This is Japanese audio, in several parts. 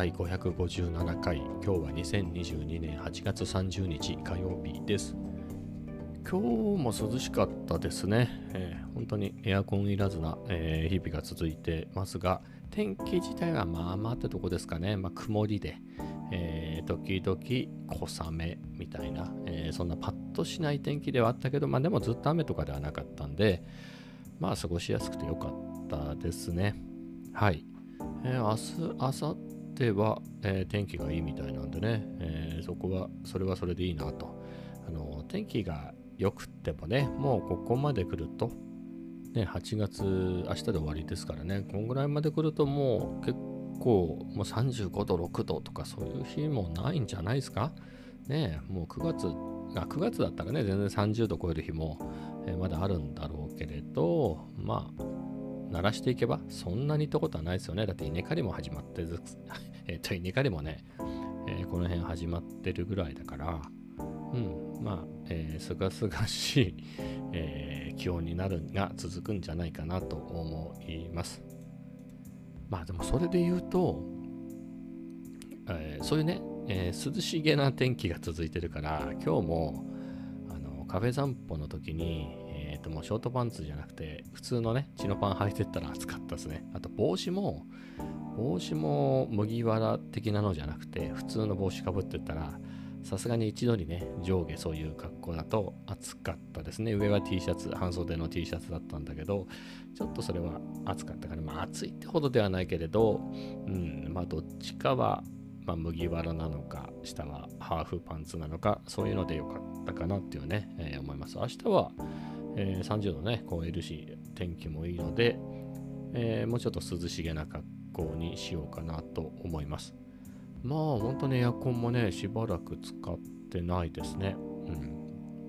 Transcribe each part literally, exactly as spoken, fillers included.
だいごひゃくごじゅうななかい、今日はにせんにじゅうにねんはちがつさんじゅうにち火曜日です。今日も涼しかったですね。えー、本当にエアコンいらずな、えー、日々が続いてますが、天気自体はまあまあってとこですかね。まあ、曇りで、えー、時々小雨みたいな、えー、そんなパッとしない天気ではあったけど、まあでもずっと雨とかではなかったんで、まあ過ごしやすくてよかったですね。はい。えー、明日、明後日は、えー、天気がいいみたいなんでね、えー、そこは、それはそれでいいなと。あの、天気が良くってもね、もうここまで来ると、ね、はちがつ、明日で終わりですからね、こんぐらいまで来るともう結構、もうさんじゅうごど、ろくどとかそういう日もないんじゃないですか。ね、もうくがつ、あ、くがつだったらね、全然さんじゅうど超える日も、えー、まだあるんだろうけれど、まあ、鳴らしていけばそんなにってことはないですよね。だって稲刈りも始まってずえっと稲刈りもね、えー、この辺始まってるぐらいだから、うんまあ、えー、すがすがしい、えー、気温になるが続くんじゃないかなと思います。まあでもそれで言うと、えー、そういうね、えー、涼しげな天気が続いてるから、今日もあのカフェ散歩の時にえーともうショートパンツじゃなくて普通のねチノパン履いてったら暑かったですね。あと帽子も帽子も麦わら的なのじゃなくて普通の帽子かぶってったらさすがに一度にね上下そういう格好だと暑かったですね。上は T シャツ半袖の T シャツだったんだけどちょっとそれは暑かったから、まあ暑いってほどではないけれど、うんまあどっちかはまあ、麦わらなのか下はハーフパンツなのかそういうのでよかったかなっていうね、えー、思います。明日はえー、さんじゅうどね超えるし天気もいいので、えー、もうちょっと涼しげな格好にしようかなと思います。まあ本当にエアコンもねしばらく使ってないですね。うん、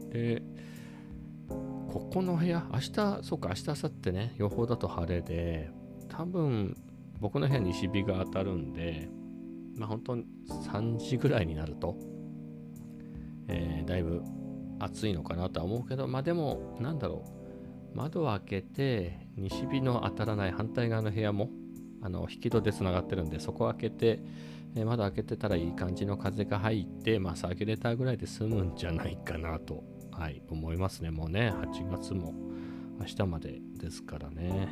でここの部屋明日そうか明日明後日ね予報だと晴れで多分僕の部屋に西日が当たるんでまあ本当にさんじぐらいになると、えー、だいぶ暑いのかなとは思うけど、まあでもなんだろう窓を開けて西日の当たらない反対側の部屋もあの引き戸でつながってるんでそこを開けて、えー、窓開けてたらいい感じの風が入ってまあサーキュレーターぐらいで済むんじゃないかなと、はい、思いますね。もうねはちがつも明日までですからね。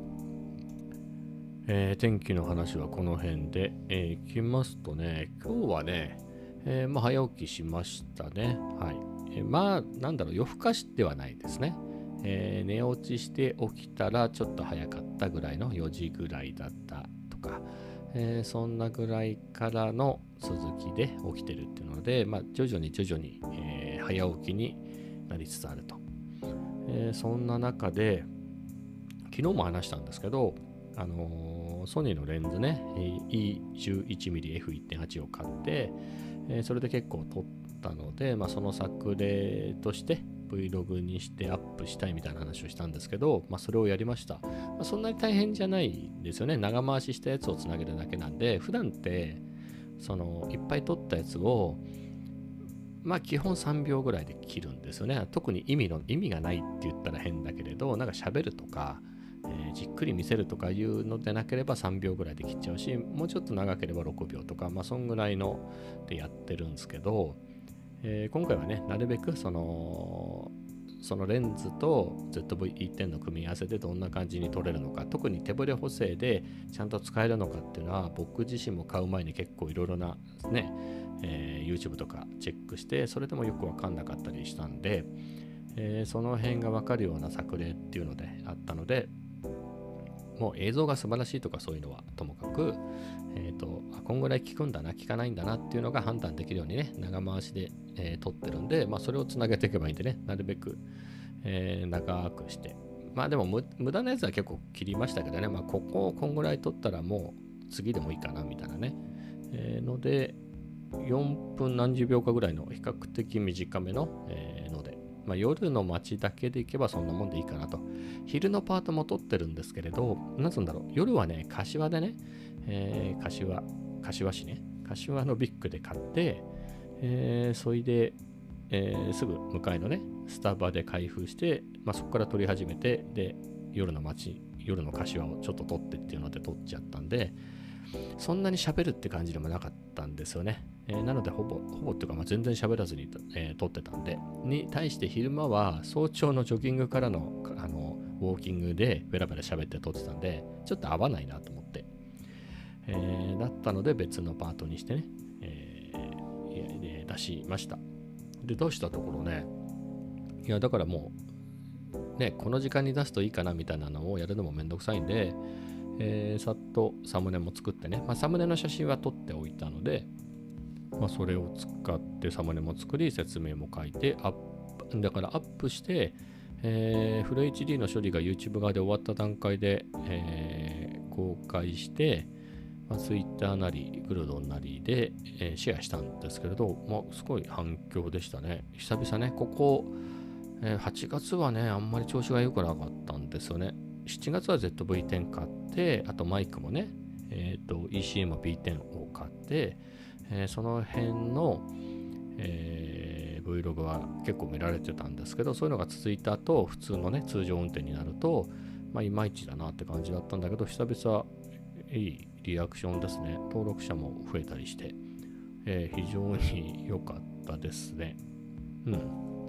えー、天気の話はこの辺で、えー、いきますとね今日はね、えーまあ、早起きしましたね。はい。えー、まあなんだろう夜更かしではないですね。えー、寝落ちして起きたらちょっと早かったぐらいのよじぐらいだったとか、えー、そんなぐらいからの続きで起きてるっていうので、まあ、徐々に徐々に、えー、早起きになりつつあると、えー、そんな中で昨日も話したんですけどあのー、ソニーのレンズね イーじゅういちミリエフいってんはち を買って、えー、それで結構撮ったので、まあ、その作例として Vlog にしてアップしたいみたいな話をしたんですけど、まあ、それをやりました。まあ、そんなに大変じゃないですよね。長回ししたやつをつなげるだけなんで普段ってそのいっぱい撮ったやつをまあ基本さんびょうぐらいで切るんですよね。特に意味の意味がないって言ったら変だけれどなんか喋るとかえー、じっくり見せるとかいうのでなければさんびょうぐらいで切っちゃうしもうちょっと長ければろくびょうとかまあそんぐらいのでやってるんですけど、えー、今回はねなるべくそのそのレンズと ゼットブイいってん の組み合わせでどんな感じに撮れるのか特に手ブレ補正でちゃんと使えるのかっていうのは僕自身も買う前に結構いろいろなね、えー、YouTube とかチェックしてそれでもよく分かんなかったりしたんで、えー、その辺が分かるような作例っていうのであったのでもう映像が素晴らしいとかそういうのはともかく、えーと、あこんぐらい効くんだな効かないんだなっていうのが判断できるようにね長回しで、えー、撮ってるんで、まあ、それをつなげていけばいいんでねなるべく、えー、長くしてまあでも無駄なやつは結構切りましたけどね、まあ、ここをこんぐらい撮ったらもう次でもいいかなみたいなね、えー、のでよんぷん何十秒かぐらいの比較的短めの、えー、のでまあ、夜の街だけで行けばそんなもんでいいかなと。昼のパートも撮ってるんですけれど、なんつうんだろう、夜はね、柏でね、えー、柏、柏市ね、柏のビッグで買って、えー、それで、えー、すぐ向かいのね、スタバで開封して、まあ、そこから撮り始めて、で、夜の街、夜の柏をちょっと撮ってっていうので撮っちゃったんで、 そんなに喋るって感じでもなかったんですよね。えー、なのでほぼほぼっていうか、まあ、全然喋らずに、えー、撮ってたんで、に対して昼間は早朝のジョギングからのあのウォーキングでベラベラ喋って撮ってたんで、ちょっと合わないなと思って、えー、だったので別のパートにしてね、えー、出しました。で出したところね、いやだからもうね、この時間に出すといいかなみたいなのをやるのもめんどくさいんで、えー、さっとサムネも作ってね、まあ、サムネの写真は撮っておいたので、まあ、それを使ってサムネも作り、説明も書いてアップ、だからアップして、えー、フル エイチディー の処理が YouTube 側で終わった段階で、えー、公開して、まあ、Twitter なりグルドンなりで、えー、シェアしたんですけれど、まあ、すごい反響でしたね。久々ね、ここ、えー、はちがつはね、あんまり調子が良くなかったんですよね。しちがつは ゼットブイテン 買って、あとマイクもね、えっと イーシーエム ビーテン を買って、えー、その辺の、えー、Vlog は結構見られてたんですけど、そういうのが続いた後、普通のね、通常運転になると、まあ、いまいちだなって感じだったんだけど、久々いいリアクションですね。登録者も増えたりして、えー、非常に良かったですね。うん。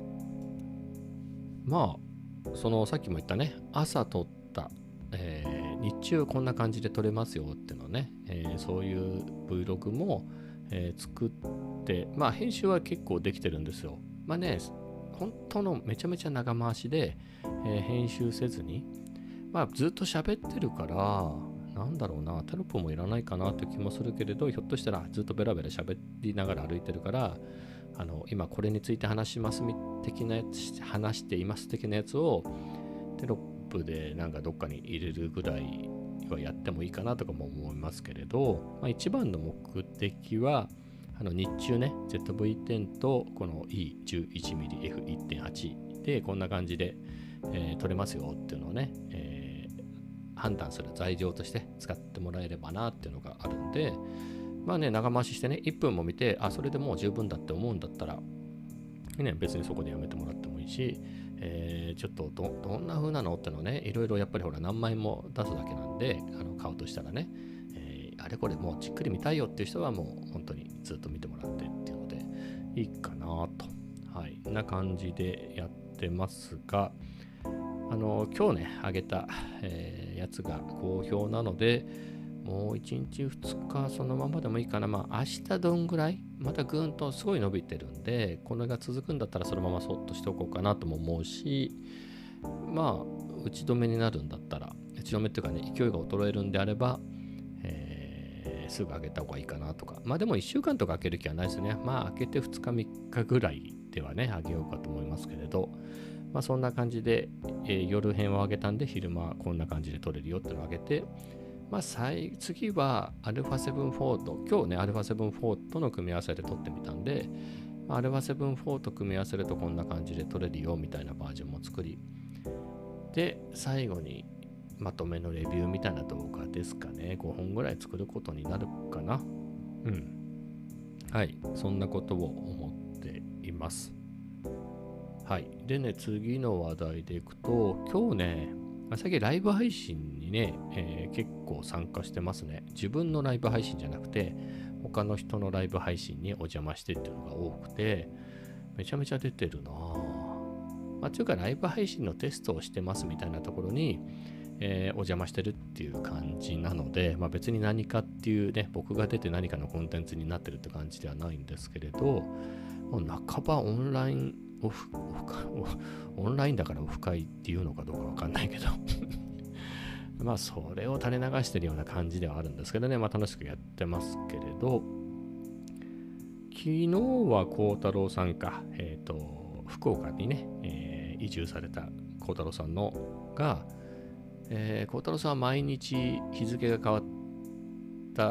まあ、そのさっきも言ったね、朝撮った、えー、日中こんな感じで撮れますよっていうのね、えー、そういう Vlog も、えー、作って、まあ編集は結構できてるんですよ。まあね、本当のめちゃめちゃ長回しで、えー、編集せずに、まあずっと喋ってるから、なんだろうな、テロップもいらないかなって気もするけれど、ひょっとしたらずっとベラベラ喋りながら歩いてるから、あの今これについて話します的なやつ、話しています的なやつをテロップでなんかどっかに入れるぐらいはやってもいいかなとかも思いますけれど、まあ、一番の目的はあの日中ね ゼットブイテン とこの イーじゅういちミリエフいってんはち でこんな感じで、えー、撮れますよっていうのをね、えー、判断する材料として使ってもらえればなっていうのがあるんで、まあね、長回ししてねいっぷんも見て、あそれでもう十分だって思うんだったら、ね、別にそこでやめてもらってもいいし、えー、ちょっと ど, どんな風なのってのね、いろいろやっぱりほら何枚も出すだけなんで、あの買うとしたらね、えー、あれこれもうじっくり見たいよっていう人はもう本当にずっと見てもらってっていうのでいいかなと、はい、な感じでやってますが、あの今日ねあげた、えー、やつが好評なので、もういちにちふつかそのままでもいいかな。まあ明日どんぐらいまたぐんとすごい伸びてるんで、これが続くんだったらそのままそっとしておこうかなとも思うし、まあ打ち止めになるんだったら、打ち止めっていうかね、勢いが衰えるんであれば、えー、すぐ上げた方がいいかなとか。まあでもいっしゅうかんとか開ける気はないですね。まあ開けてふつかみっかぐらいではね、上げようかと思いますけれど、まあそんな感じで、えー、夜編を上げたんで、昼間こんな感じで撮れるよっていうのを上げて、まあ、次は アルファセブンフォー と、今日ね アルファセブンフォー との組み合わせで撮ってみたんで、アルファセブンフォー と組み合わせるとこんな感じで撮れるよみたいなバージョンも作り、で最後にまとめのレビューみたいな動画ですかね、ごほんぐらい作ることになるかな。うんはい、そんなことを思っています。はい、でね、次の話題でいくと、今日ね最近ライブ配信にね、えー、結構参加してますね。自分のライブ配信じゃなくて、他の人のライブ配信にお邪魔してっていうのが多くて、めちゃめちゃ出てるなぁ。まあ、というかライブ配信のテストをしてますみたいなところに、えー、お邪魔してるっていう感じなので、まあ、別に何かっていうね、僕が出て何かのコンテンツになってるって感じではないんですけれど、もう半ばオンラインオフオンラインだからオフ会っていうのかどうかわかんないけどまあそれを垂れ流してるような感じではあるんですけどね、まあ楽しくやってますけれど、昨日は孝太郎さんか、えっと福岡にね、えー、移住された孝太郎さんのが、えー、孝太郎さんは毎日日付が変わった、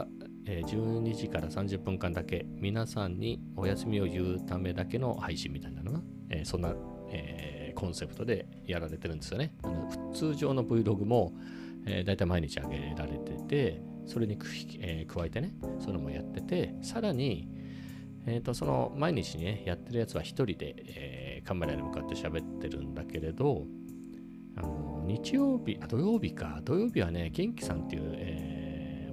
えー、じゅうにじからさんじゅっぷんかんだけ皆さんにお休みを言うためだけの配信みたいなのが、えー、そんな、えー、コンセプトでやられてるんですよね。あの通常の Vlog も、えー、だいたい毎日上げられてて、それに、えー、加えてね、そういうのもやってて、さらに、えー、とその毎日ねやってるやつは一人で、えー、カメラに向かって喋ってるんだけれど、あの日曜日あ土曜日か土曜日はね元気さんっていう、えー、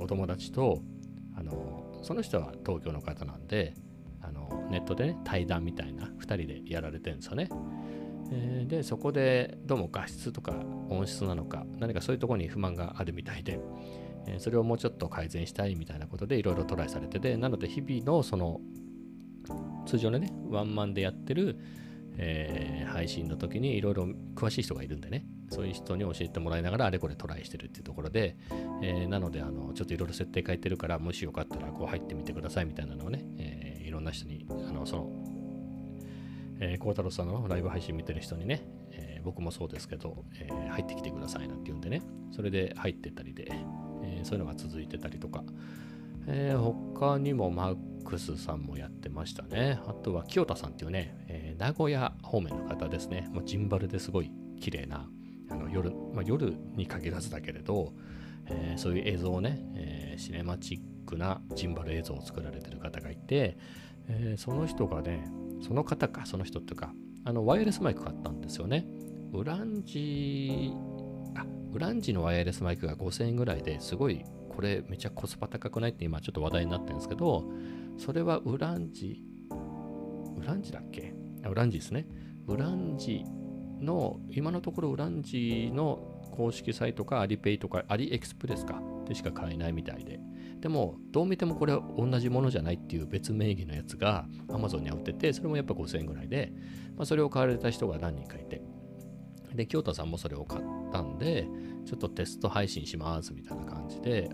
ー、お友達とあのその人は東京の方なんで、あのネットでね対談みたいなふたりでやられてるんですよね。えー、でそこでどうも画質とか音質なのか何かそういうところに不満があるみたいで、えー、それをもうちょっと改善したいみたいなことでいろいろトライされてて、なので日々のその通常のねワンマンでやってる、えー、配信の時にいろいろ詳しい人がいるんでね、そういう人に教えてもらいながらあれこれトライしてるっていうところで、えー、なのであのちょっといろいろ設定変えてるから、もしよかったらこう入ってみてくださいみたいなのをね、えー、いろんな人にあのそのえー、孝太郎さんのライブ配信見てる人にね、えー、僕もそうですけど、えー、入ってきてくださいなんて言うんでね、それで入ってたりで、えー、そういうのが続いてたりとか、えー、他にもマックスさんもやってましたね。あとは清田さんっていうね、えー、名古屋方面の方ですね。もうジンバルですごい綺麗なあの夜、まあ、夜に限らずだけれど、えー、そういう映像をね、えー、シネマチックなジンバル映像を作られてる方がいて、えー、その人がねその方か、その人っていうか、あのワイヤレスマイク買ったんですよね。ウランジ、あ、ウランジのワイヤレスマイクがごせんえんぐらいですごい、これめちゃコスパ高くないって今ちょっと話題になってるんですけど、それはウランジ、ウランジだっけ？あ、ウランジですね。ウランジの、今のところウランジの公式サイトかアリペイとかアリエクスプレスかでしか買えないみたいで、でもどう見てもこれは同じものじゃないっていう別名義のやつが Amazon に売ってて、それもやっぱごせんえんぐらいで、まあ、それを買われた人が何人かいて、で清田さんもそれを買ったんでちょっとテスト配信しますみたいな感じで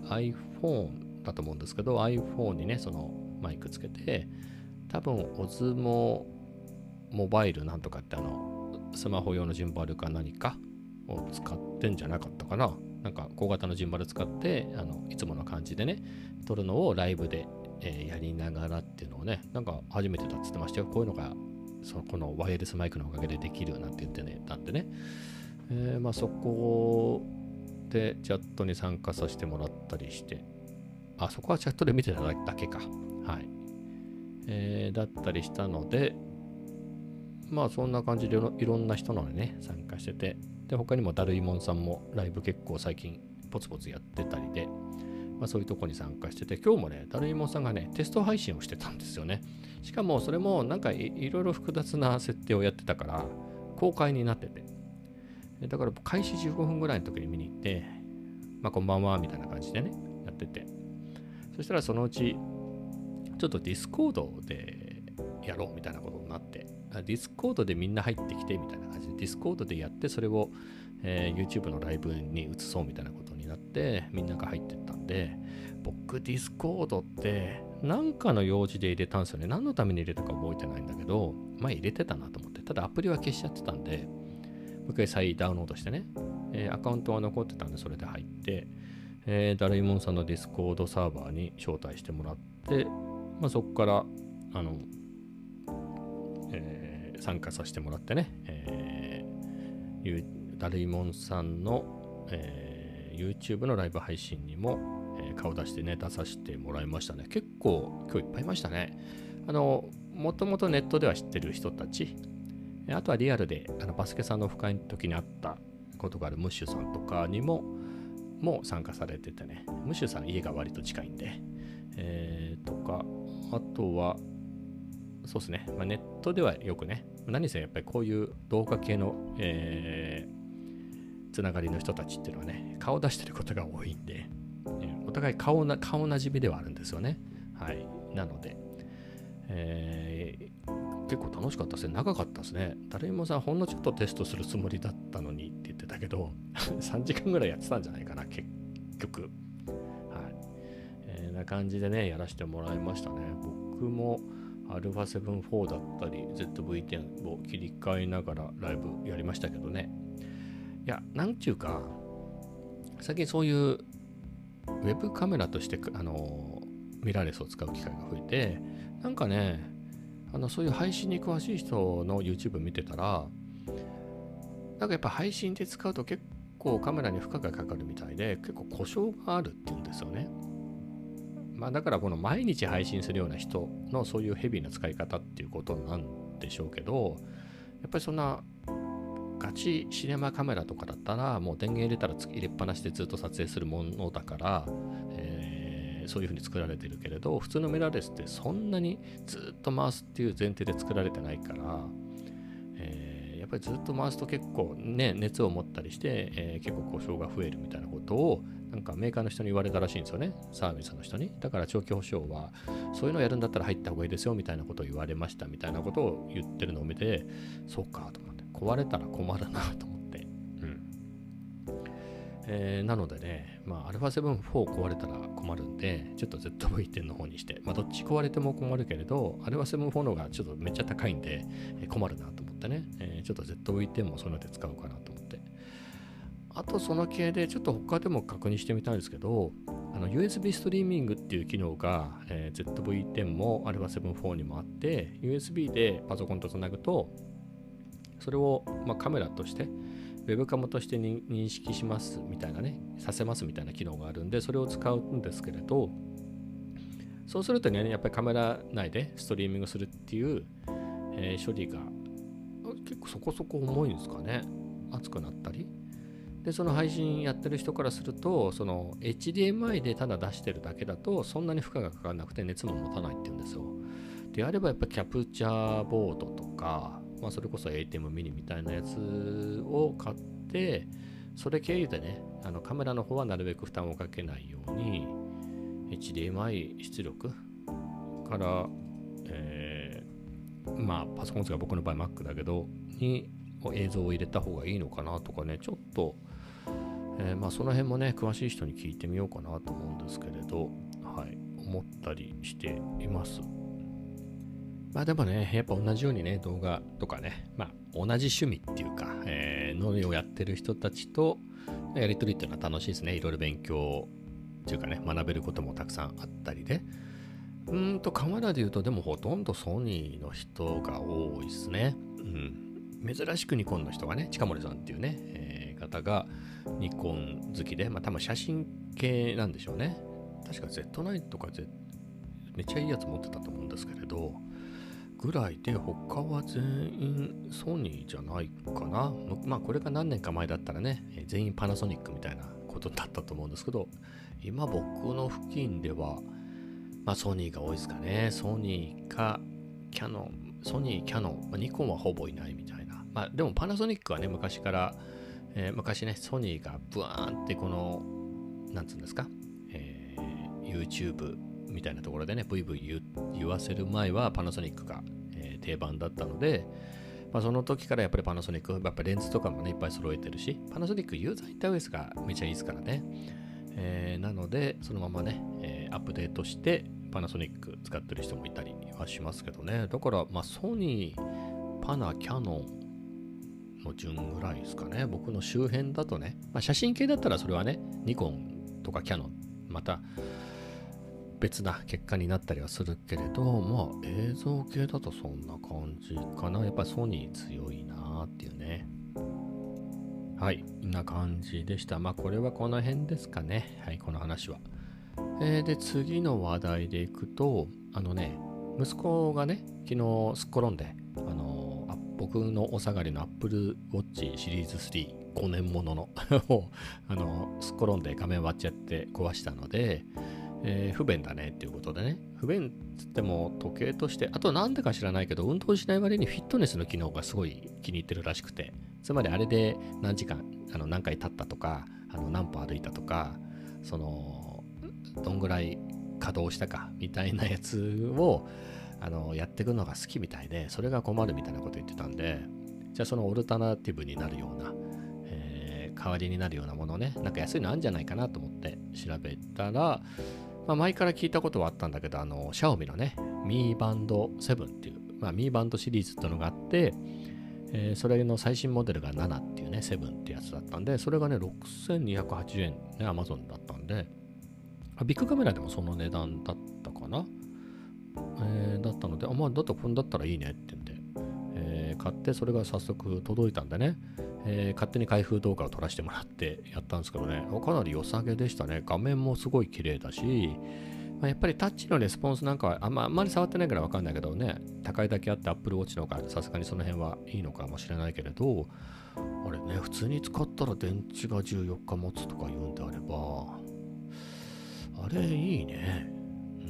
iPhone だと思うんですけど、 iPhone にねそのマイクつけて、多分オズモモバイルなんとかってあのスマホ用のジンバルか何かを使ってんじゃなかったかな。なんか小型のジンバル使ってあのいつもの感じでね撮るのをライブで、えー、やりながらっていうのをね、なんか初めてだって言ってましたよ。こういうのがそこのワイヤレスマイクのおかげでできるなんて言ってねたんでね、えー、まあそこでチャットに参加させてもらったりして、あそこはチャットで見てただけか、はい、えー、だったりしたので、まあそんな感じでいろんな人のね参加してて、で他にもダルイモンさんもライブ結構最近ポツポツやってたりで、まあ、そういうとこに参加してて、今日もねダルイモンさんがねテスト配信をしてたんですよね。しかもそれもなんか い, いろいろ複雑な設定をやってたから公開になってて、だから開始じゅうごふんぐらいの時に見に行って、まあこんばんはみたいな感じでねやってて、そしたらそのうちちょっとディスコードでやろうみたいなことになって、ディスコードでみんな入ってきてみたいな感じでディスコードでやって、それを、えー、YouTube のライブに移そうみたいなことになってみんなが入ってったんで、僕ディスコードって何かの用事で入れたんですよね。何のために入れたか覚えてないんだけど、前入れてたなと思って、ただアプリは消しちゃってたんでもう一回再ダウンロードしてね、えー、アカウントは残ってたんでそれで入って、えー、ダルイモンさんのディスコードサーバーに招待してもらって、まあ、そこからあの、えー、参加させてもらってね、えー、ダルイモンさんの、えー、YouTube のライブ配信にも、えー、顔出してね出させてもらいましたね。結構今日いっぱいいましたね。あのもともとネットでは知ってる人たち、あとはリアルであのバスケさんのオフ会の時に会ったことがあるムッシュさんとかにもも参加されててね、ムッシュさん家が割と近いんで、えー、とか、あとはそうですね、まあ、ネットではよくね、何せやっぱりこういう動画系の、えー、つながりの人たちっていうのはね、顔出してることが多いんで、えー、お互い顔な顔なじみではあるんですよね。はい、なので、えー、結構楽しかったですね。長かったですね。誰もさ、ほんのちょっとテストするつもりだったのにって言ってたけどさんじかんぐらいやってたんじゃないかな結局。はい、えー、な感じでねやらせてもらいましたね。僕も アルファセブンフォー だったり ゼットブイテン を切り替えながらライブやりましたけどね。いや、なんちゅうか最近そういうウェブカメラとしてあのミラーレスを使う機会が増えて、なんかねあのそういう配信に詳しい人の YouTube 見てたら、なんかやっぱ配信で使うと結構カメラに負荷がかかるみたいで、結構故障があるって言うんですよね。まあだからこの毎日配信するような人のそういうヘビーな使い方っていうことなんでしょうけど、やっぱりそんなガチシネマカメラとかだったらもう電源入れたら入れっぱなしでずっと撮影するものだから、えそういう風に作られてるけれど、普通のミラーレスってそんなにずっと回すっていう前提で作られてないから、えー、やっぱりずっと回すと結構ね熱を持ったりして、えー、結構故障が増えるみたいなことをなんかメーカーの人に言われたらしいんですよね、サービスの人に。だから長期保証はそういうのをやるんだったら入った方がいいですよみたいなことを言われましたみたいなことを言ってるのを見て、そうかと思って、壊れたら困るなと思って、うんえー、なのでね、まあ アルファセブンフォー 壊れたら困るんで、ちょっと ゼットブイテン の方にして、まあどっち壊れても困るけれど、アルファセブンフォー の方がちょっとめっちゃ高いんで、えー、困るなと思ってね、えー、ちょっと ゼットブイテン もそういうので使おうかなと思って。あとその系でちょっと他でも確認してみたんですけど、あの ユーエスビー ストリーミングっていう機能が、えー、ゼットブイテン も アルファセブンフォー にもあって、ユーエスビー でパソコンとつなぐと、それを、まあ、カメラとしてウェブカムとして認識しますみたいなね、させますみたいな機能があるんで、それを使うんですけれど、そうするとね、やっぱりカメラ内でストリーミングするっていう、えー、処理が結構そこそこ重いんですかね。熱くなったりで、その配信やってる人からすると、その エイチディーエムアイ でただ出してるだけだとそんなに負荷がかからなくて熱も持たないって言うんですよ。であればやっぱキャプチャーボードとか、まあ、それこそ エーティーエム ミニみたいなやつを買って、それ経由でね、あのカメラの方はなるべく負担をかけないように エイチディーエムアイ 出力から、えー、まあパソコンですが僕の場合 Mac だけどに映像を入れた方がいいのかなとかね、ちょっと、えー、まあその辺もね詳しい人に聞いてみようかなと思うんですけれど、はい、思ったりしています。まあでもね、やっぱ同じようにね、動画とかね、まあ同じ趣味っていうか、えー、のをやってる人たちとやりとりっていうのは楽しいですね。いろいろ勉強っていうかね、学べることもたくさんあったりで。うーんとカメラで言うと、でもほとんどソニーの人が多いですね。うん。珍しくニコンの人がね、近森さんっていうね、えー、方がニコン好きで、まあ多分写真系なんでしょうね。確か ゼットナイン とか、Z、めっちゃいいやつ持ってたと思うんですけれど、ぐらいで他は全員ソニーじゃないかな。まあこれが何年か前だったらね、全員パナソニックみたいなことだったと思うんですけど、今僕の付近ではまあソニーが多いですかね。ソニーかキャノン、ソニー、キャノン、まあ、ニコンはほぼいないみたいな。まあでもパナソニックはね、昔から、えー、昔ね、ソニーがブワーンってこの、なんつうんですか、えー、YouTubeみたいなところでね、ブイブイ 言, 言わせる前はパナソニックが、えー、定番だったので、まあ、その時からやっぱりパナソニック、やっぱレンズとかもね、いっぱい揃えてるし、パナソニックユーザーインターフェースがめちゃいいですからね。えー、なので、そのままね、えー、アップデートしてパナソニック使ってる人もいたりはしますけどね。だから、まあ、ソニー、パナ、キャノンの順ぐらいですかね。僕の周辺だとね、まあ、写真系だったらそれはね、ニコンとかキャノン、また、別な結果になったりはするけれど、まあ映像系だとそんな感じかな。やっぱりソニー強いなーっていうね。はい、こんな感じでした。まあこれはこの辺ですかね。はい、この話は。えー、で、次の話題でいくと、あのね、息子がね、昨日すっ転んで、あのー、僕のお下がりの Apple Watch シリーズスリー、ごねんもののを、あのー、すっ転んで画面割っちゃって壊したので、えー、不便だねっていうことでね。不便っつっても時計として、あとなんでか知らないけど、運動しない割にフィットネスの機能がすごい気に入ってるらしくて、つまりあれで何時間、あの何回経ったとか、あの何歩歩いたとか、そのどんぐらい稼働したかみたいなやつをあのやっていくのが好きみたいで、それが困るみたいなこと言ってたんで、じゃあそのオルタナティブになるような、えー、代わりになるようなものね、なんか安いのあるんじゃないかなと思って調べたら、まあ、前から聞いたことはあったんだけど、あの、シャオミのね、ミバンドセブンっていう、まあ、ミバンドシリーズっていうのがあって、えー、それの最新モデルがななっていうね、セブンってやつだったんで、それがね、ろくせんにひゃくはちじゅうえんね、Amazon だったんで、ビッグカメラでもその値段だったかな、えー、だったので、あ、まあ、だったらこんだったらいいねって言うんで、えー、買って、それが早速届いたんでね、えー、勝手に開封動画を撮らせてもらってやったんですけどね、かなり良さげでしたね。画面もすごい綺麗だし、まあ、やっぱりタッチのレスポンスなんかはあんま、あんまり触ってないから分かんないけどね、高いだけあって Apple Watch の方がさすがにその辺はいいのかもしれないけれど、あれね、普通に使ったら電池がじゅうよっか持つとか言うんであれば、 あれいいね。うん。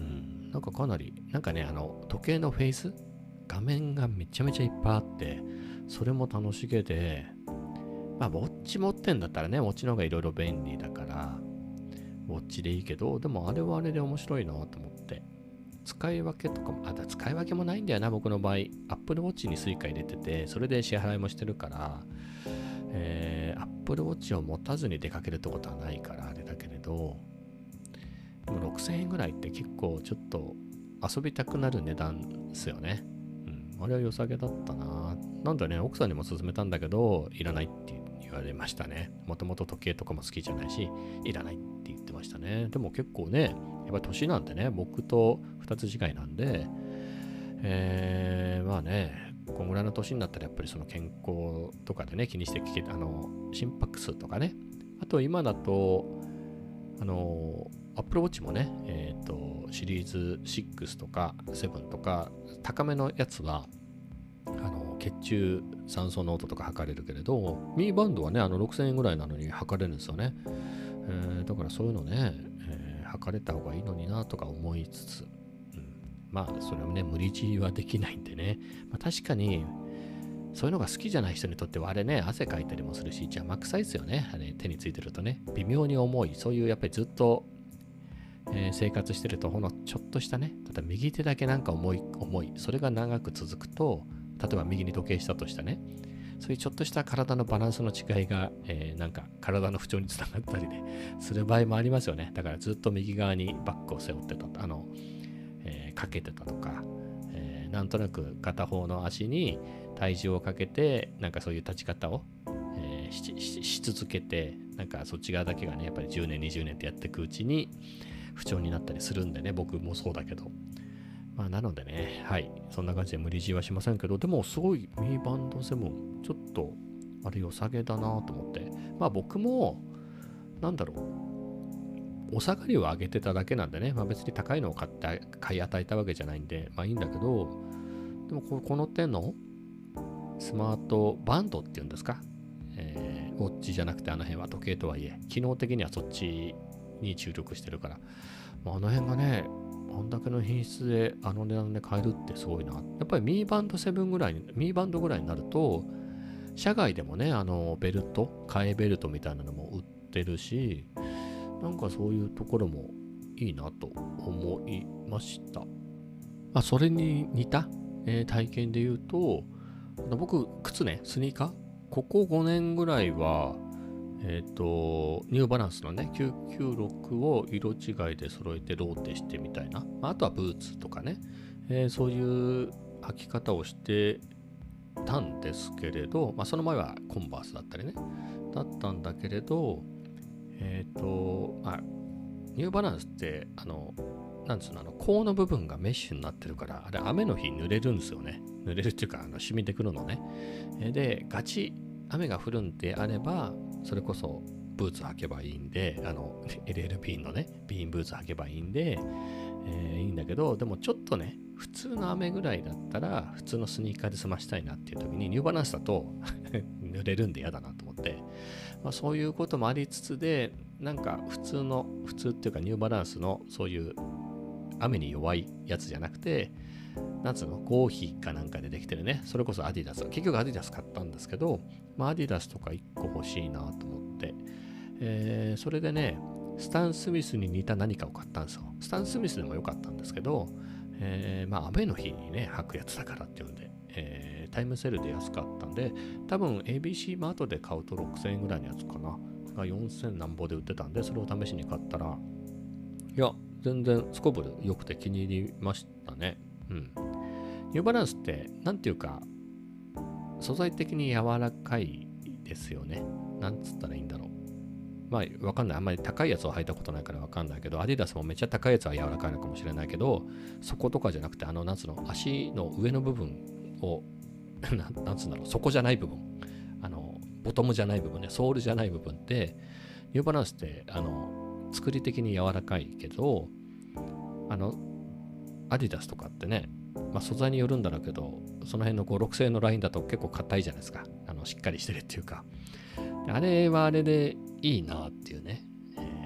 なんかかなり、なんかね、あの、時計のフェイス画面がめちゃめちゃいっぱいあって、それも楽しげで、まあ、ウォッチ持ってんだったらね、ウォッチの方がいろいろ便利だから、ウォッチでいいけど、でもあれはあれで面白いなと思って。使い分けとかも、あ、だ使い分けもないんだよな、僕の場合。Apple Watch にスイカ入れてて、それで支払いもしてるから、えー、Apple Watch を持たずに出かけるってことはないから、あれだけれど、でもろくせんえんぐらいって結構ちょっと遊びたくなる値段ですよね。うん、あれは良さげだったな。なんだね、奥さんにも勧めたんだけど、いらないって言われましたね。もともと時計とかも好きじゃないし、いらないって言ってましたね。でも結構ね、やっぱり年なんでね、僕とふたつ違いなんで、えー、まあね、こんぐらいの年になったらやっぱりその健康とかでね、気にして聞けあの、心拍数とかね、あと今だと、あの、Apple Watch もね、えっと、シリーズろくとかななとか、高めのやつは、あの、血中酸素濃度とか測れるけれど、ミーバンドはね、あのろくせんえんぐらいなのに測れるんですよね。えー、だからそういうのね、えー、測れた方がいいのになとか思いつつ、うん、まあそれはね無理強いはできないんでね、まあ、確かにそういうのが好きじゃない人にとってはあれね、汗かいたりもするし邪魔くさいですよね。あれ手についてるとね、微妙に重い、そういうやっぱりずっと、えー、生活してるとほんのちょっとしたね、ただ右手だけなんか重い重いそれが長く続くと、例えば右に時計したとしたね、そういうちょっとした体のバランスの違いが、えー、なんか体の不調につながったりね、する場合もありますよね。だからずっと右側にバッグを背負ってた、あの、えー、かけてたとか、えー、なんとなく片方の足に体重をかけて、なんかそういう立ち方を、えー、し, し, し続けて、なんかそっち側だけがね、やっぱりじゅうねん、にじゅうねんってやっていくうちに不調になったりするんでね、僕もそうだけど。まあ、なのでね、はい、そんな感じで無理強いはしませんけど、でもすごいミーバンドセブン、ちょっとあれ良さげだなと思って、まあ僕も、なんだろう、お下がりを上げてただけなんでね、まあ別に高いのを買って買い与えたわけじゃないんで、まあいいんだけど、でもこの手のスマートバンドっていうんですか、えー、ウォッチじゃなくてあの辺は時計とはいえ、機能的にはそっちに注力してるから、まあ、あの辺がね、あんだけの品質であの値段で買えるってすごいな。やっぱりミーバンドセブンぐらいに、ミーバンドぐらいになると、社外でもね、あのベルト、替えベルトみたいなのも売ってるし、なんかそういうところもいいなと思いました。あ、それに似た、えー、体験で言うと、僕、靴ね、スニーカー、ここごねんぐらいは、えっと、ニューバランスのね、きゅうきゅうろくを色違いで揃えてローテしてみたいな。あとはブーツとかね、えー、そういう履き方をしてたんですけれど、まあ、その前はコンバースだったりね、だったんだけれど、えっと、あ、ニューバランスって、あの、なんつうの、あの、甲の部分がメッシュになってるから、あれ雨の日濡れるんですよね。濡れるっていうか、あの染みてくるのね。で、ガチ雨が降るんであれば、それこそブーツ履けばいいんで、あの エルエル ビーンのね、ビーンブーツ履けばいいんで、えー、いいんだけど、でもちょっとね、普通の雨ぐらいだったら、普通のスニーカーで済ましたいなっていう時に、ニューバランスだと濡れるんで嫌だなと思って、まあ、そういうこともありつつで、なんか普通の、普通っていうかニューバランスのそういう雨に弱いやつじゃなくて、なんつうの、合皮かなんかでできてるね。それこそアディダス。結局アディダス買ったんですけど、まあアディダスとかいっこ欲しいなと思って、えー、それでね、スタン・スミスに似た何かを買ったんですよ。スタン・スミスでも良かったんですけど、えー、まあ雨の日にね、履くやつだからっていうんで、えー、タイムセールで安かったんで、多分 エービーシー マートで買うとろくせんえんぐらいのやつかな。がよんせんなんぼで売ってたんで、それを試しに買ったら、いや、全然スコブル良くて気に入りましたね。うん。ニューバランスって、なんていうか、素材的に柔らかいですよね。なんつったらいいんだろう。まあ、わかんない。あんまり高いやつを履いたことないからわかんないけど、アディダスもめっちゃ高いやつは柔らかいのかもしれないけど、そことかじゃなくて、あの、なんつうの、足の上の部分を、な, なんつうんだろう、そこじゃない部分、あの、ボトムじゃない部分ね、ソールじゃない部分って、ニューバランスって、あの、作り的に柔らかいけど、あの、アディダスとかってね、まあ、素材によるんだろうけど、その辺のご、ろくせんえんのラインだと結構硬いじゃないですか。あのしっかりしてるっていうか。あれはあれでいいなっていうね、えー、思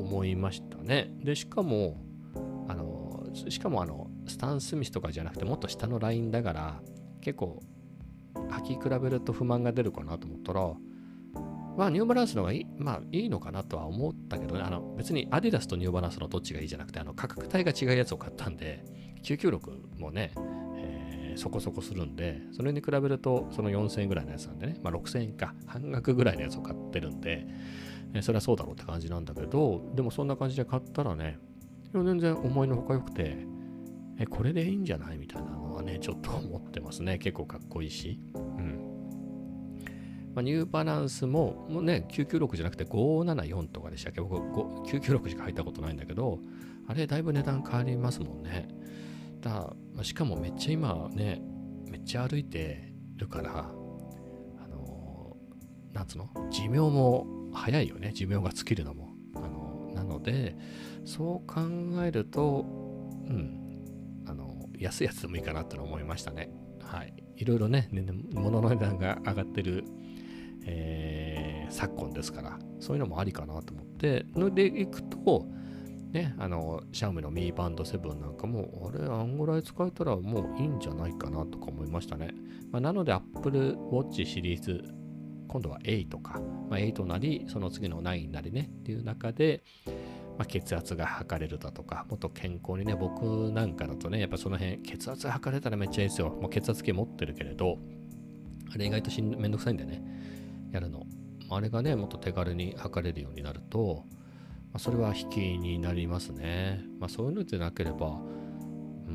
思いましたね。でしかもあのしかもあのスタン・スミスとかじゃなくてもっと下のラインだから結構履き比べると不満が出るかなと思ったら、まあニューバランスの方がいい、まあいいのかなとは思ったけどね。あの別にアディダスとニューバランスのどっちがいいじゃなくて、あの価格帯が違うやつを買ったんで、きゅうきゅうろくもね、えーそこそこするんで、それに比べるとそのよんせんえんぐらいのやつなんでね、まあろくせんえんか、半額ぐらいのやつを買ってるんで、えーそれはそうだろうって感じなんだけど、でもそんな感じで買ったらね、全然思いのほか良くて、え、これでいいんじゃないみたいなのはね、ちょっと思ってますね。結構かっこいいし。うん。まあ、ニューバランスも、もうね、きゅうきゅうろくじゃなくてごーななよんとかでしたっけ？僕、きゅうきゅうろくしか入ったことないんだけど、あれ、だいぶ値段変わりますもんね。だまあ、しかもめっちゃ今ね、めっちゃ歩いてるから、あのー、なんつうの？寿命も早いよね。寿命が尽きるのも。あのー、なので、そう考えると、うん、あのー、安いやつでもいいかなって思いましたね。はい。いろいろね、物の値段が上がってる、えー、昨今ですから、そういうのもありかなと思って、のでいくと、ね、あの、シャオミのミーバンドセブンなんかも、あれ、あんぐらい使えたらもういいんじゃないかなとか思いましたね。まあ、なので、Apple Watch シリーズ、今度はエイトか、まあ、エイトなり、その次のナインなりね、っていう中で、まあ、血圧が測れるだとか、もっと健康にね、僕なんかだとね、やっぱその辺、血圧測れたらめっちゃいいですよ。もう血圧計持ってるけれど、あれ意外としんめんどくさいんでね、やるの。あれがね、もっと手軽に測れるようになると、まあ、それは引きになりますね。まあ、そういうのでなければ、うん、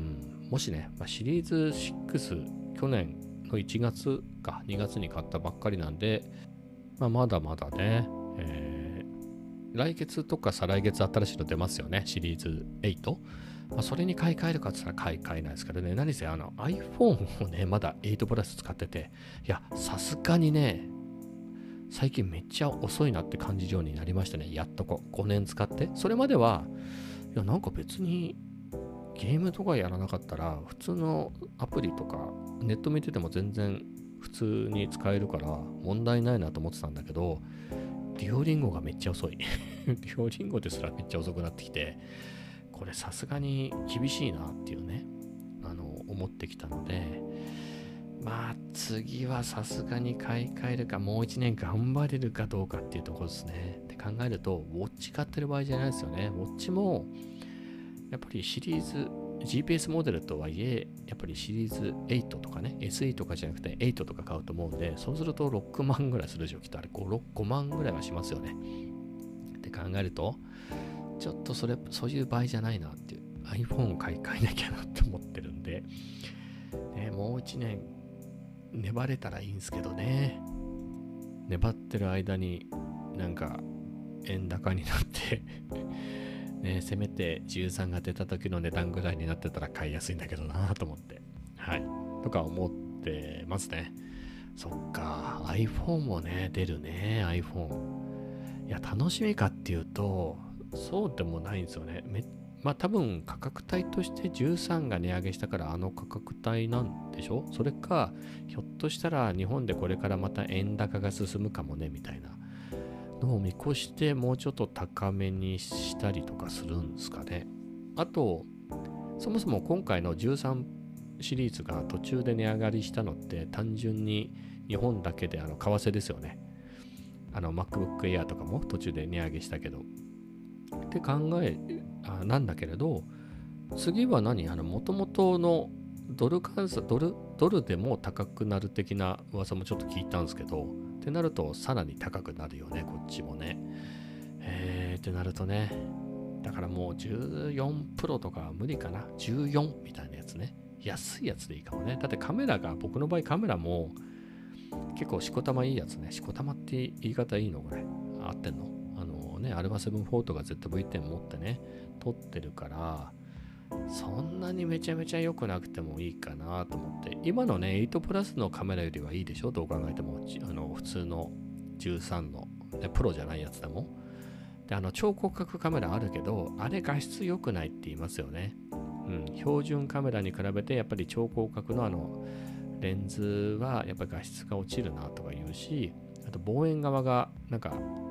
もしね、まあ、シリーズシックス、去年のいちがつかにがつに買ったばっかりなんで、まあ、まだまだね、えー、来月とか再来月新しいの出ますよね、シリーズエイト。まあ、それに買い替えるかって言ったら買い替えないですからね。何せあの iPhone をね、まだエイトプラス使ってて、いや、さすがにね、最近めっちゃ遅いなって感じるようになりましたね。やっとこうごねん使って。それまでは、いやなんか別にゲームとかやらなかったら、普通のアプリとかネット見てても全然普通に使えるから問題ないなと思ってたんだけど、デュオリンゴがめっちゃ遅い。デュオリンゴですらめっちゃ遅くなってきて、これさすがに厳しいなっていうね、あの、思ってきたので、まあ次はさすがに買い替えるか、もういちねん頑張れるかどうかっていうところですね。って考えると、ウォッチ買ってる場合じゃないですよね。ウォッチも、やっぱりシリーズ、ジーピーエス モデルとはいえ、やっぱりシリーズエイトとかね、エスイー とかじゃなくてエイトとか買うと思うんで、そうするとろくまんぐらいするでしょ、きっとあれご、ごまんぐらいはしますよね。って考えると、ちょっとそれ、そういう場合じゃないなっていう、iPhone 買い替えなきゃなって思ってるんで、ね、もういちねん粘れたらいいんですけどね。粘ってる間になんか円高になってね、せめてじゅうさんが出た時の値段ぐらいになってたら買いやすいんだけどなと思って、はい、とか思ってますね。そっか、 iPhone もね出るね。 iPhone いや楽しみかっていうとそうでもないんですよね。めまあ多分価格帯としてじゅうさんが値上げしたからあの価格帯なんでしょ。それかひょっとしたら日本でこれからまた円高が進むかもねみたいなのを見越してもうちょっと高めにしたりとかするんですかね。あとそもそも今回のじゅうさんシリーズが途中で値上がりしたのって単純に日本だけであの為替ですよね。あの MacBook Air とかも途中で値上げしたけどって考えあなんだけれど、次は何、あの元々のドル換算ドルドルでも高くなる的な噂もちょっと聞いたんですけど、ってなるとさらに高くなるよね、こっちもね。えーってなるとね、だからもうじゅうよんプロとかは無理かな。じゅうよんみたいなやつね。安いやつでいいかもね。だってカメラが、僕の場合カメラも結構しこたまいいやつね。しこたまって言い方いいのこれ。合ってんの？あのね、アルファセブンフォーとか ゼットブイテン 持ってね、撮ってるから、そんなにめちゃめちゃ良くなくてもいいかなと思って。今のね、エイトプラスのカメラよりはいいでしょ、どう考えても。あの普通のじゅうさんの、ね、プロじゃないやつでも。で、あの超広角カメラあるけど、あれ画質良くないって言いますよね。うん、標準カメラに比べてやっぱり超広角のあのレンズはやっぱり画質が落ちるなとか言うし、あと望遠側がなんか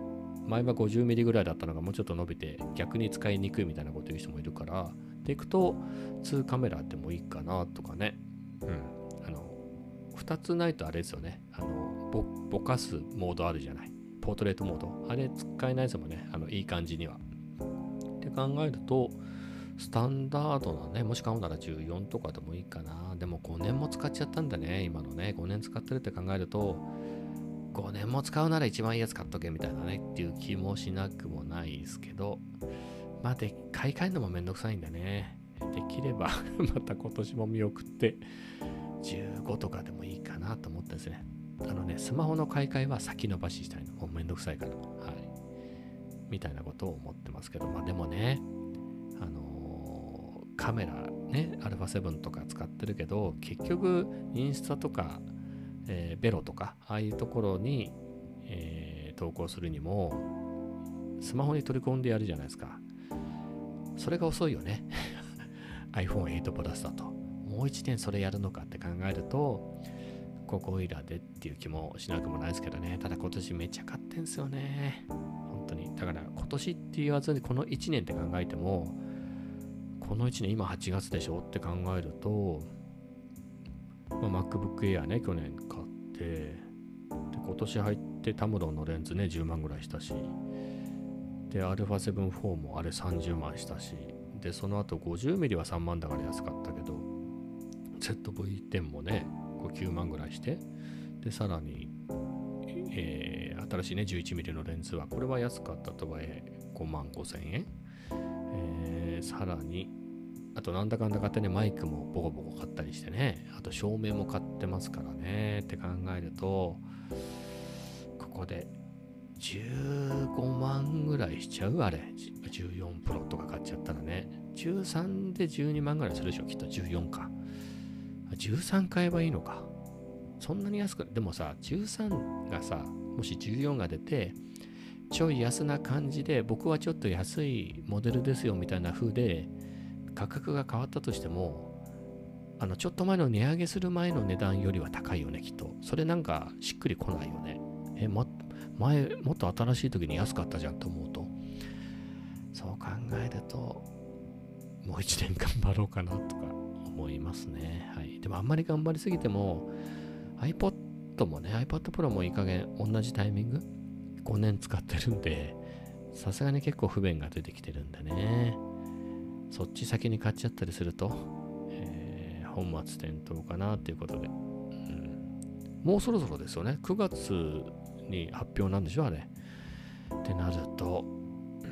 前は ごじゅうミリ ぐらいだったのがもうちょっと伸びて逆に使いにくいみたいなこと言う人もいるから、でいくとにカメラでもいいかなとかね。うん。あの、ふたつないとあれですよね。あの、ぼ、ぼかすモードあるじゃない。ポートレートモード。あれ使えないですもんね。あの、いい感じには。って考えると、スタンダードなね、もし買うならじゅうよんとかでもいいかな。でもごねんも使っちゃったんだね、今のね。ごねん使ってるって考えると、ごねんも使うなら一番いいやつ買っとけみたいなねっていう気もしなくもないですけど、まあで、買い替えるのもめんどくさいんだね。できればまた今年も見送ってじゅうごとかでもいいかなと思ってですね。あのね、スマホの買い替えは先延ばししたいの。もうめんどくさいから。はい。みたいなことを思ってますけど、まあでもね、あのー、カメラね、アルファセブンとか使ってるけど、結局インスタとか、えー、ベロとかああいうところに、えー、投稿するにもスマホに取り込んでやるじゃないですか。それが遅いよねアイフォンエイト プラスだともういちねんそれやるのかって考えると、ここいらでっていう気もしなくもないですけどね。ただ今年めっちゃ買ってんすよね、本当に。だから今年って言わずにこのいちねんって考えても、このいちねん今はちがつでしょって考えると、まあ、MacBook Air ね、去年買って、で今年入ってタムロンのレンズねじゅうまんぐらいしたし、で アルファセブンフォー もあれさんじゅうまんしたし、でその後 ごじゅうミリ はさんまんだから安かったけど ゼットブイテン もねきゅうまんぐらいして、でさらに、えー、新しいね じゅういちミリ のレンズはこれは安かったとはいえごまんごせんえん、えー、さらにあとなんだかんだ買ってね、マイクもボコボコ買ったりしてね、あと照明も買ってますからねって考えると、ここでじゅうごまんぐらいしちゃう、あれじゅうよんプロとか買っちゃったらね、じゅうさんでじゅうにまんぐらいするでしょ、きっとじゅうよんか。じゅうさん買えばいいのか。そんなに安く、でもさじゅうさんがさ、もしじゅうよんが出てちょい安な感じで、僕はちょっと安いモデルですよみたいな風で価格が変わったとしても、あのちょっと前の値上げする前の値段よりは高いよね、きっと。それなんかしっくりこないよね。え、ま、前もっと新しい時に安かったじゃんと思うと、そう考えるともういちねん頑張ろうかなとか思いますね。はい。でもあんまり頑張りすぎても iPod もね、 iPad Pro もいい加減同じタイミングごねん使ってるんで、さすがに結構不便が出てきてるんでね、そっち先に買っちゃったりすると、えー、本末転倒かなっていうことで、うん、もうそろそろですよね。くがつに発表なんでしょあれってなると、うん、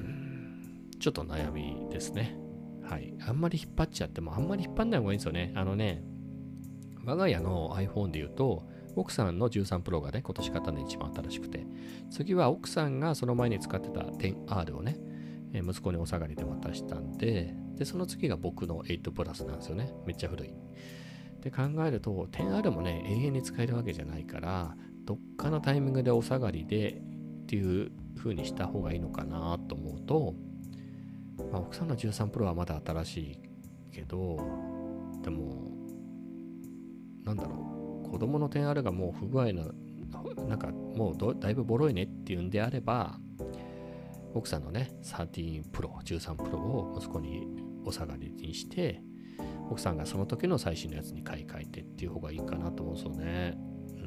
ちょっと悩みですね。はい。あんまり引っ張っちゃってもあんまり引っ張んない方がいいんですよね。あのね、我が家の iPhone で言うと、奥さんのじゅうさんプロがね、今年買ったので一番新しくて、次は奥さんがその前に使ってた テンアール をね、息子にお下がりで渡したんで、で、その次が僕のエイトプラスなんですよね。めっちゃ古い。で考えると、テンアール もね、永遠に使えるわけじゃないから、どっかのタイミングでお下がりでっていう風にした方がいいのかなと思うと、まあ、奥さんのじゅうさんプロはまだ新しいけど、でも、なんだろう、子供の テンアール がもう不具合な、なんかもうどだいぶボロいねっていうんであれば、奥さんのね、じゅうさんプロ、じゅうさんプロを息子にお下がりにして、奥さんがその時の最新のやつに買い替えてっていう方がいいかなと思うんですよね。うん。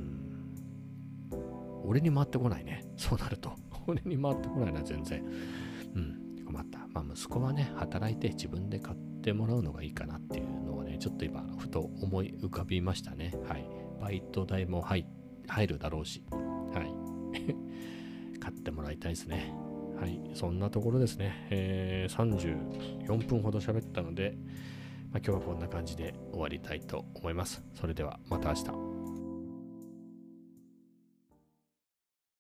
俺に回ってこないね。そうなると。俺に回ってこないな、全然。うん。困った。まあ、息子はね、働いて自分で買ってもらうのがいいかなっていうのをね、ちょっと今、ふと思い浮かびましたね。はい。バイト代も 入, 入るだろうし。はい。買ってもらいたいですね。はい。そんなところですね。えー、さんじゅうよんぷんほど喋ったので、まあ、今日はこんな感じで終わりたいと思います。それではまた明日。